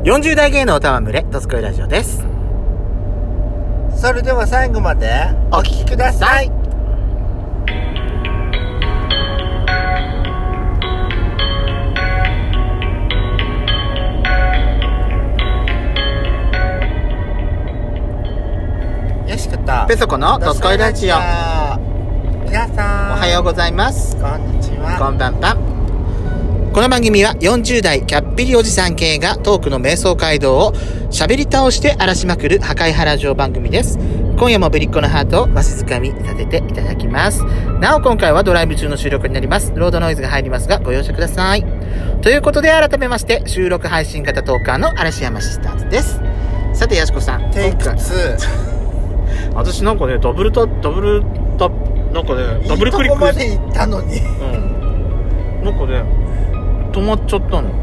40代芸能たわむれ、ドスコイラジオです。 それでは最後までお聞きください。よしことペソコのドスコイラジオ。 皆さんおはようございます。 こんにちは。 こんばんは。この番組は40代キャッピリおじさん系がトークの瞑想街道を喋り倒して荒らしまくる破壊原城番組です。今夜もぶりっ子のハートをわしづかみさせていただきます。なお今回はドライブ中の収録になります。ロードノイズが入りますがご容赦ください。ということで改めまして収録配信型トーカーの嵐山シスターズです。さてやしこさん、 テイク2。 私なんかねダブルクリックまで行ったのに、 なんかね止まっちゃったの。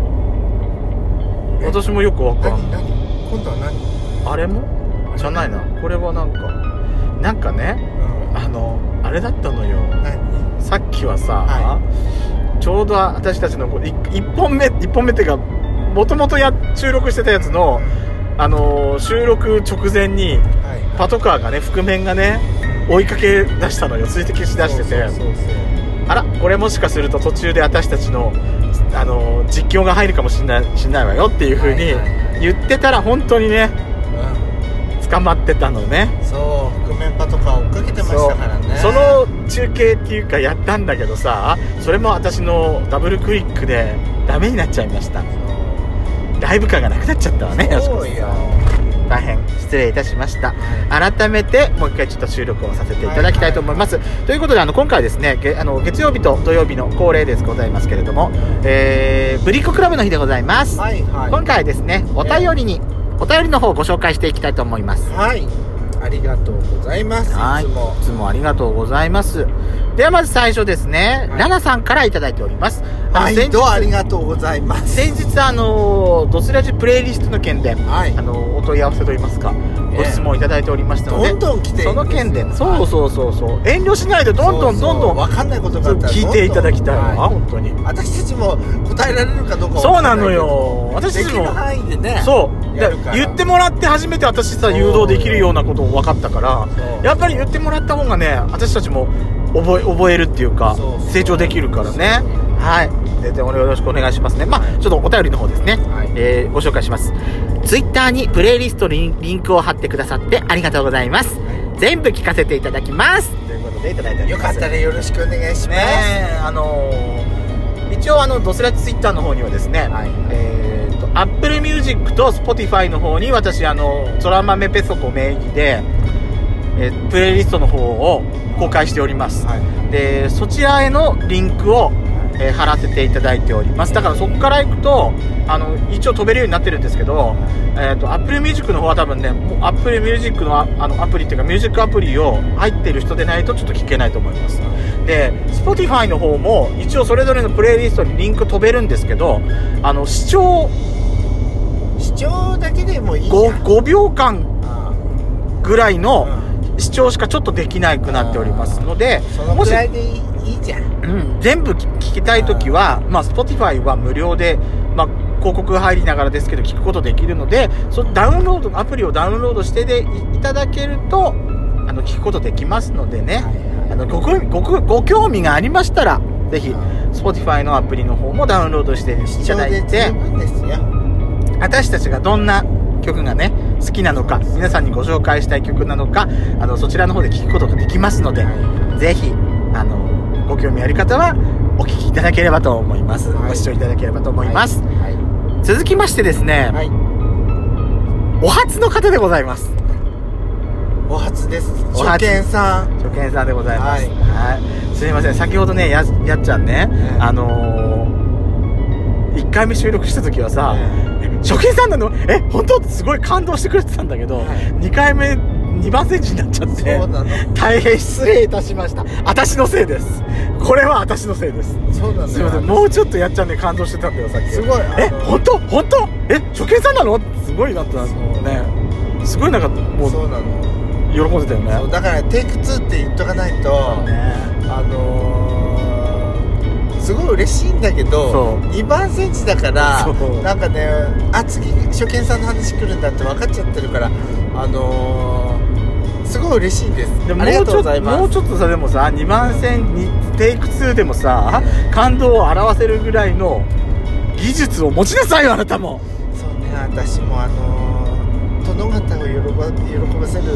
私もよくわかんない。 今度は何？ あれもじゃないな。これはなんかね、あれだったのよ。さっきはさ、ちょうど私たちの1本目っていうかもともと収録してたやつの収録直前にパトカーがね覆面がね追いかけ出したのよ。追跡し出してて、あらこれもしかすると途中で私たちの実況が入るかもしれないわよっていう風に言ってたら本当にね、捕まってたのね。 そう覆面パトカー追っかけてましたからね。 その中継っていうかやったんだけどさ、それも私のダブルクリックでダメになっちゃいました。ライブ感がなくなっちゃったわね。 そうよ。 大変失礼いたしました。改めてもう一回ちょっと収録をさせていただきたいと思います。ということで今回ですね月曜日と土曜日の恒例でございますけれども、ぶりっ子クラブの日でございます。今回はですねお便りの方をご紹介していきたいと思います。 ありがとうございます。いつもありがとうございます。ではまず最初ですね、ラナさんからいただいております。 毎度ありがとうございます。 先日ドスラジプレイリストの件で、お問い合わせといいますか、ご質問いただいておりましたので、 どんどん来てその件でそう遠慮しないでどんどん分かんないことがあったら聞いていただきたいわ。本当に私たちも答えられるかどうかそうなのよ。私たちもできる範囲でね、 言ってもらって初めて私さ誘導できるようなことを分かったから、やっぱり言ってもらった方がね私たちも覚えるっていうか成長できるからね。全然よろしくお願いしますね。ちょっとお便りの方ですね、ご紹介します。ツイッターにプレイリストにリンクを貼ってくださってありがとうございます。全部聞かせていただきますということでいただいております。 よかったらよろしくお願いします。 一応ドスラジツイッターの方にはですね、Apple Music と Spotify の方に私そら豆ペソコ名義で、プレイリストの方を公開しております。でそちらへのリンクを、貼らせていただいております。だからそこから行くと一応飛べるようになってるんですけど、Apple Music の方は多分ねApple Music のアプリっていうかミュージックアプリを入ってる人でないとちょっと聞けないと思います。で Spotify の方も一応それぞれのプレイリストにリンク飛べるんですけど視聴だけでもいい 5秒間ぐらいの視聴しかちょっとできなくなっておりますので、 そのくらいでいいじゃん。 全部聞きたいときはSpotify は無料で広告入りながらですけど聞くことできるので、アプリをダウンロードしていただけると聞くことできますのでね、ご興味がありましたらぜひ Spotify のアプリの方もダウンロードしていただいて、私たちがどんな曲がね好きなのか皆さんにご紹介したい曲なのかそちらの方で聞くことができますので、ぜひご興味ある方はお聞きいただければと思います。ご視聴いただければと思います。続きましてですね、お初の方でございます。 お初です。初見さんでございます。すいません、先ほどねやっちゃんね、1回目収録した時はさ、初見さんなの本当すごい感動してくれてたんだけど、2回目2番センチになっちゃって大変失礼いたしました。私のせいです。これは私のせいです。 そうなんだよ。 すいません、もうちょっとやっちゃんね感動してたんだよさっき。 すごい本当初見さんなのすごいなったね。すごいもうそうなの喜んでたよね。 そうだからテイク2って言っとかないと、 すごい嬉しいんだけど、 そう 2番センチだからそうなんかね、次初見さんの話来るんだって分かっちゃってるから、すごい嬉しいです。 でありがとうございます。 もうちょっとさ、でもさ、2番線にテイク2でもさ、感動を表せるぐらいの技術を持ちなさいよ、あなたも。 そうね、私も殿方を喜ばせる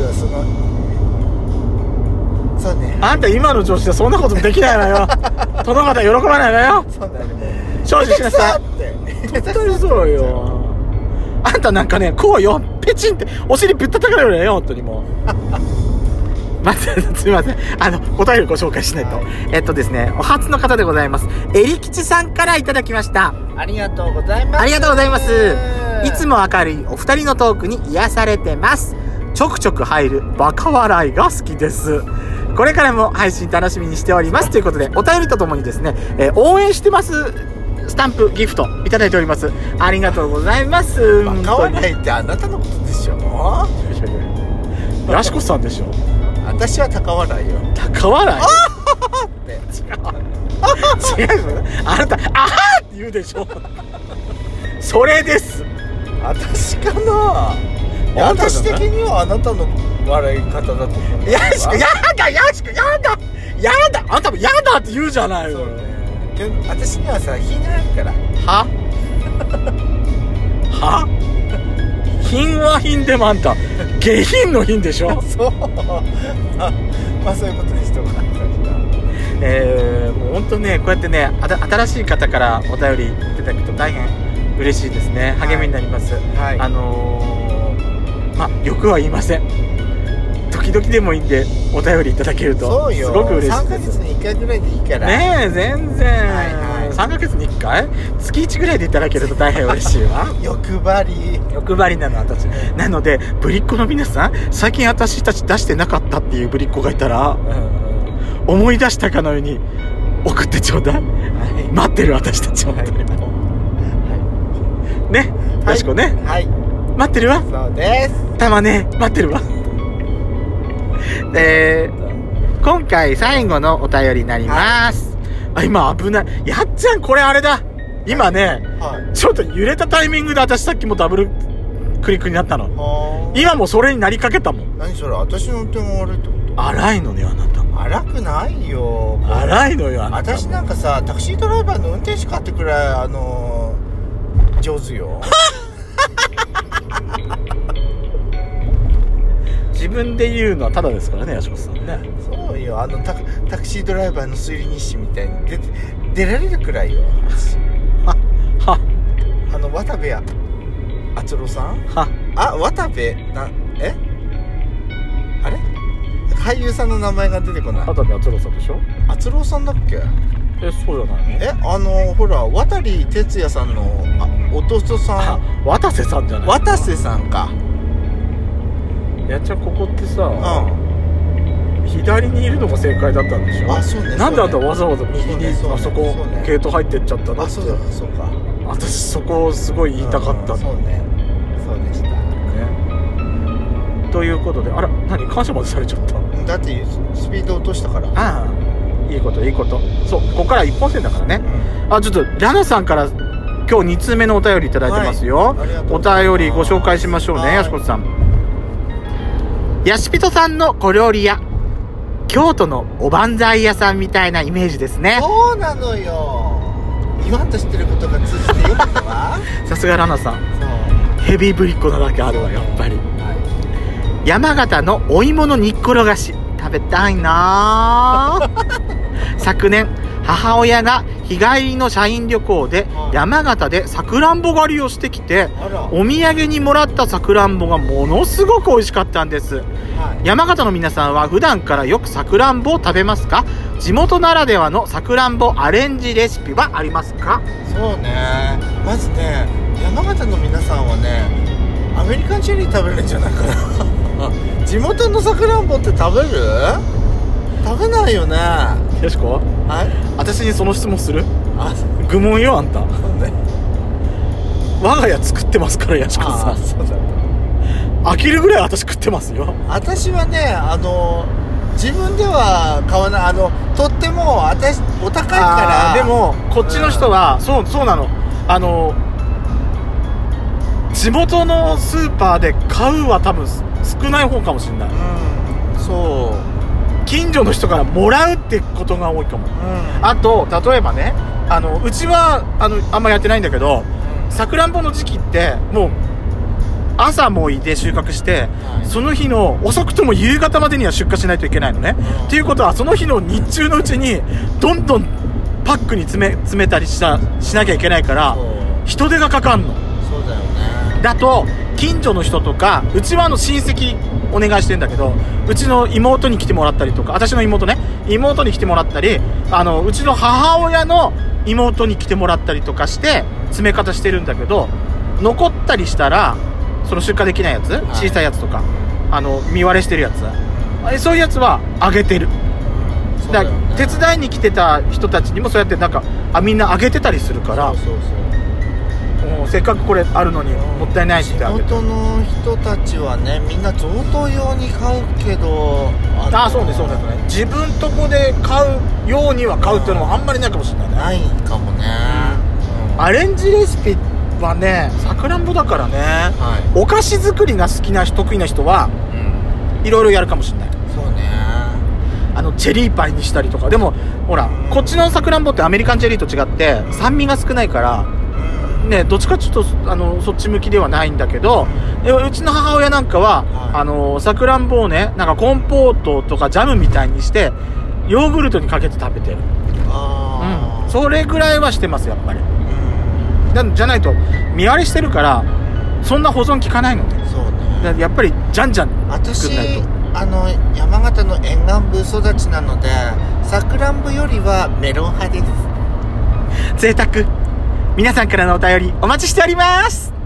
そうね。 あんた今の調子でそんなことできないわよ。殿方喜ばないわよ。 そうだね。 正直しなさい。本当にそうよ。あんたなんかね、こうよ、ペチンってお尻ぶったたかれるよ、本当にもう。待って、すみません。お便りご紹介しないと。ですね、お初の方でございます。えりきちさんからいただきました。 ありがとうございます。 ありがとうございます。いつも明るいお二人のトークに癒されてます。ちょくちょく入るバカ笑いが好きです。これからも配信楽しみにしております。ということで、お便りとともにですね、応援してますスタンプギフトいただいております。ありがとうございます。 バカ笑いってあなたのことでしょ。 やしこさんでしょ。 私は高笑いよ。 高笑いって違う。あなたあはーって言うでしょ。それです。 私かな。私的にはあなたの笑い方だと思う。 やしこ、やだあんたもやだって言うじゃないよ。 私にはさ、品があるから。 は品は品でもあんた下品の品でしょ。 そうまあそういうことにしてもらったんだ。 もう本当ね、こうやってね、新しい方からお便りいただくと大変嬉しいですね。励みになります。 はい、 欲は言いません。時々でもいいんでお便りいただけるとすごく嬉しいです。 3ヶ月に1回ぐらいでいいからねえ、全然、3ヶ月に1回月1ぐらいでいただけると大変嬉しいわ。 欲張りなの私。なのでぶりっ子の皆さん、最近私たち出してなかったっていうぶりっ子がいたら、思い出したかのように送ってちょうだい、待ってる私たち本当に、ね、よしこね、待ってるわ。 そうです。 たまね、待ってるわ。今回最後のお便りになります。今危ない。やっちゃん、これあれだ。今ね、ちょっと揺れたタイミングで私さっきもダブルクリックになったの。今もそれになりかけたもん。 何それ、私の運転が悪いってこと？ 荒いのね、あなた。 荒くないよ。 荒いのよ、あなた。 私なんかさ、タクシードライバーの運転手買ってくらい上手よ。 自分で言うのはただですからね、やしこさんね。 そうよ、タクシードライバーの推理日誌みたいに出られるくらいよ。渡部篤郎さん？渡部あれ？俳優さんの名前が出てこない。 渡部篤郎さんでしょ？ 篤郎さんだっけ？ そうじゃないの？ほら、渡哲也さんの弟さん。 渡瀬さんじゃない？ 渡瀬さんか。 やっちゃん、ここってさ、左にいるのが正解だったんでしょ？ そうね。 なんであんたわざわざ右にあそこゲート入ってっちゃったの？ そうか。 私そこすごい言いたかった。 そうね。そうでしたね。ということで、あら、何感謝までされちゃった？ だってスピード落としたから。 いいこと。そう、ここから一本線だからね。ちょっとラナさんから今日2通目のお便りいただいてますよ。お便りご紹介しましょうね、やしこさん。やしぴとさんの小料理屋、京都のおばんざい屋さんみたいなイメージですね。 そうなのよ。言わんとしてることが通じてよかったわ。 さすがラナさん。ヘビーぶりっ子なだけあるわ、やっぱり。山形のお芋の煮っころがし食べたいな。昨年母親が日帰りの社員旅行で山形でさくらんぼ狩りをしてきて、お土産にもらったさくらんぼがものすごく美味しかったんです。山形の皆さんは普段からよくさくらんぼを食べますか？地元ならではのさくらんぼアレンジレシピはありますか？そうね、まずね、山形の皆さんはね、アメリカンチェリー食べるんじゃないかな。地元のさくらんぼって食べる？食べないよね。よしこ、私にその質問する？愚問よ、あんた。我が家作ってますから、やしこさん。そうだ。飽きるぐらい私食ってますよ。私はね、 自分では買わない。とっても私お高いから。 でもこっちの人は、そうなの。地元のスーパーで買うは多分少ない方かもしれない。 そう。 近所の人からもらうってことが多いかも。 うん、 あと例えばね、うちはあんまやってないんだけど、さくらんぼの時期ってもう朝もいで収穫して、はい、その日の遅くとも夕方までには出荷しないといけないのね。っていうことはその日の日中のうちにどんどんパックに詰めたりしなきゃいけないから人手がかかんの。 そうだよね。 だと近所の人とか、うちは親戚お願いしてんだけど、うちの妹に来てもらったりとか、私の妹に来てもらったり、うちの母親の妹に来てもらったりとかして詰め方してるんだけど、残ったりしたらその出荷できないやつ、小さいやつとか見割れしてるやつ、そういうやつはあげてる。だから手伝いに来てた人たちにもそうやってなんかみんなあげてたりするから、もうせっかくこれあるのにもったいないってあげて。 地元の人たちはね、みんな贈答用に買うけど、 そうですね。自分とこで買うようには買うっていうのはあんまりないかもしれないね。 ないかもね。 アレンジレシピはね、さくらんぼだからね、はい、お菓子作りが好きな人、得意な人は、いろいろやるかもしれない。 そうね。 チェリーパイにしたりとか。でもほら、こっちのさくらんぼってアメリカンチェリーと違って酸味が少ないからね、どっちかちょっとそっち向きではないんだけど、うちの母親なんかは、さくらんぼをね、なんかコンポートとかジャムみたいにしてヨーグルトにかけて食べてる。それぐらいはしてますやっぱり。じゃないと見割れしてるからそんな保存効かないので。 そうね。 やっぱりじゃんじゃん作んないと。 山形の沿岸部育ちなので、さくらんぼよりはメロン派です。 贅沢。皆さんからのお便りお待ちしております。